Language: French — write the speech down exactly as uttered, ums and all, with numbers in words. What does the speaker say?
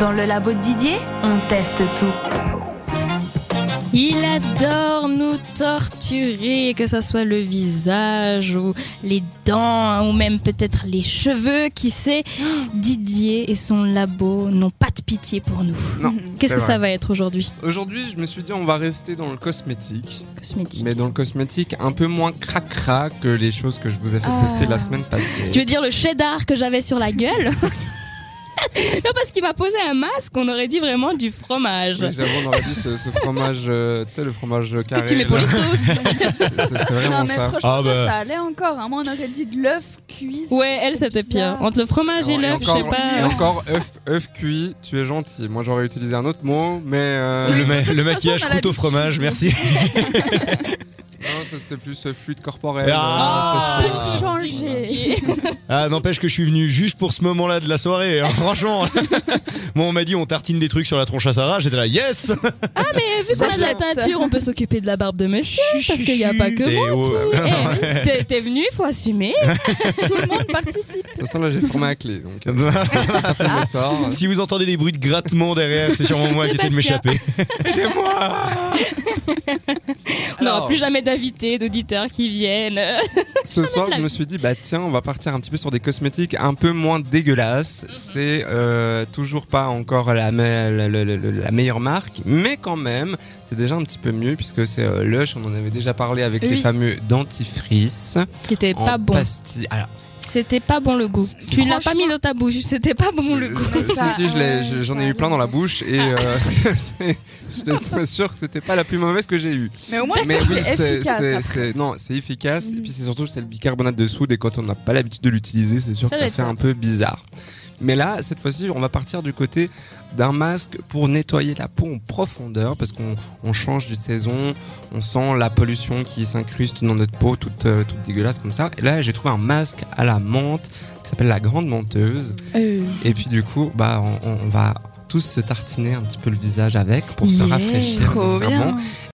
Dans le labo de Didier, on teste tout. Il adore nous torturer, que ça soit le visage ou les dents ou même peut-être les cheveux, qui sait. Didier et son labo n'ont pas de pitié pour nous. Non, Qu'est-ce c'est que vrai. ça va être aujourd'hui ? Aujourd'hui, je me suis dit on va rester dans le cosmétique, Cosmétique. mais dans le cosmétique un peu moins cracra que les choses que je vous ai fait Ah. tester la semaine passée. Tu veux dire le cheddar que j'avais sur la gueule ? Non, parce qu'il m'a posé un masque, on aurait dit vraiment du fromage. Oui, j'avoue, on aurait dit ce, ce fromage, euh, tu sais, le fromage carré. Que tu mets pour là. les toasts. C'est, c'est vraiment Non mais ça. franchement, Ah, toi, bah. ça allait encore. Hein. Moi, on aurait dit de l'œuf cuit. Ouais, elle c'était bizarre. pire. Entre le fromage et Et l'œuf, je encore, sais pas. et encore œuf, œuf cuit, tu es gentil. Moi, j'aurais utilisé un autre mot, mais euh, Le, ma- de toute le façon, maquillage on a couteau l'habitude. fromage, merci. non, ça c'était plus euh, fluide corporel. Ah. euh, Pour séché. changer. Ah, n'empêche que je suis venu juste pour ce moment-là de la soirée. hein, franchement, moi on m'a dit on tartine des trucs sur la tronche à Sarah. J'étais là, yes. Ah, mais vu qu'on a de la J'achète. teinture, on peut s'occuper de la barbe de monsieur. Parce qu'il n'y a pas que Et moi. ouais. Eh, t'es, t'es venu, faut assumer. Tout le monde participe. De toute façon, là, j'ai formé à clet, donc euh, personne ne sort. Si vous entendez des bruits de grattement derrière, c'est sûrement moi qui essaie de Sébastien. m'échapper. On n'aura Alors. plus jamais d'invités, d'auditeurs qui viennent. Ce soir, de la je me suis dit, bah tiens, on va partir un petit peu sur des cosmétiques un peu moins dégueulasses. C'est euh, toujours pas encore la, me- la, la- la- la meilleure marque, mais quand même, c'est déjà un petit peu mieux puisque c'est euh, Lush. On en avait déjà parlé avec Oui. les fameux dentifrice. Qui était en pas bon. pastille. Alors, C'était pas bon le goût. C'est- Tu l'as pas franchement- mis dans ta bouche, c'était pas bon le euh, goût. Mais si, ça, si, je l'ai- ouais, je- j'en ça ai eu plein dans la allait. bouche et euh, c'est- j'étais sûr que c'était pas la plus mauvaise que j'ai eue. Mais au moins, Mais c'est oui, efficace. c'est, après. c'est- non, c'est efficace. Mhm. Et puis c'est surtout c'est le bicarbonate de soude et quand on n'a pas l'habitude de l'utiliser, c'est sûr Ça que doit ça être fait ça. un peu bizarre. Mais là, cette fois-ci, on va partir du côté d'un masque pour nettoyer la peau en profondeur parce qu'on on change de saison, on sent la pollution qui s'incruste dans notre peau toute, euh, toute dégueulasse comme ça. Et là, j'ai trouvé un masque à la menthe qui s'appelle la Grande Menteuse. Euh, Et puis du coup, bah, on, on- on va tous se tartiner un petit peu le visage avec pour se Yeah. rafraîchir. Trop vraiment. bien.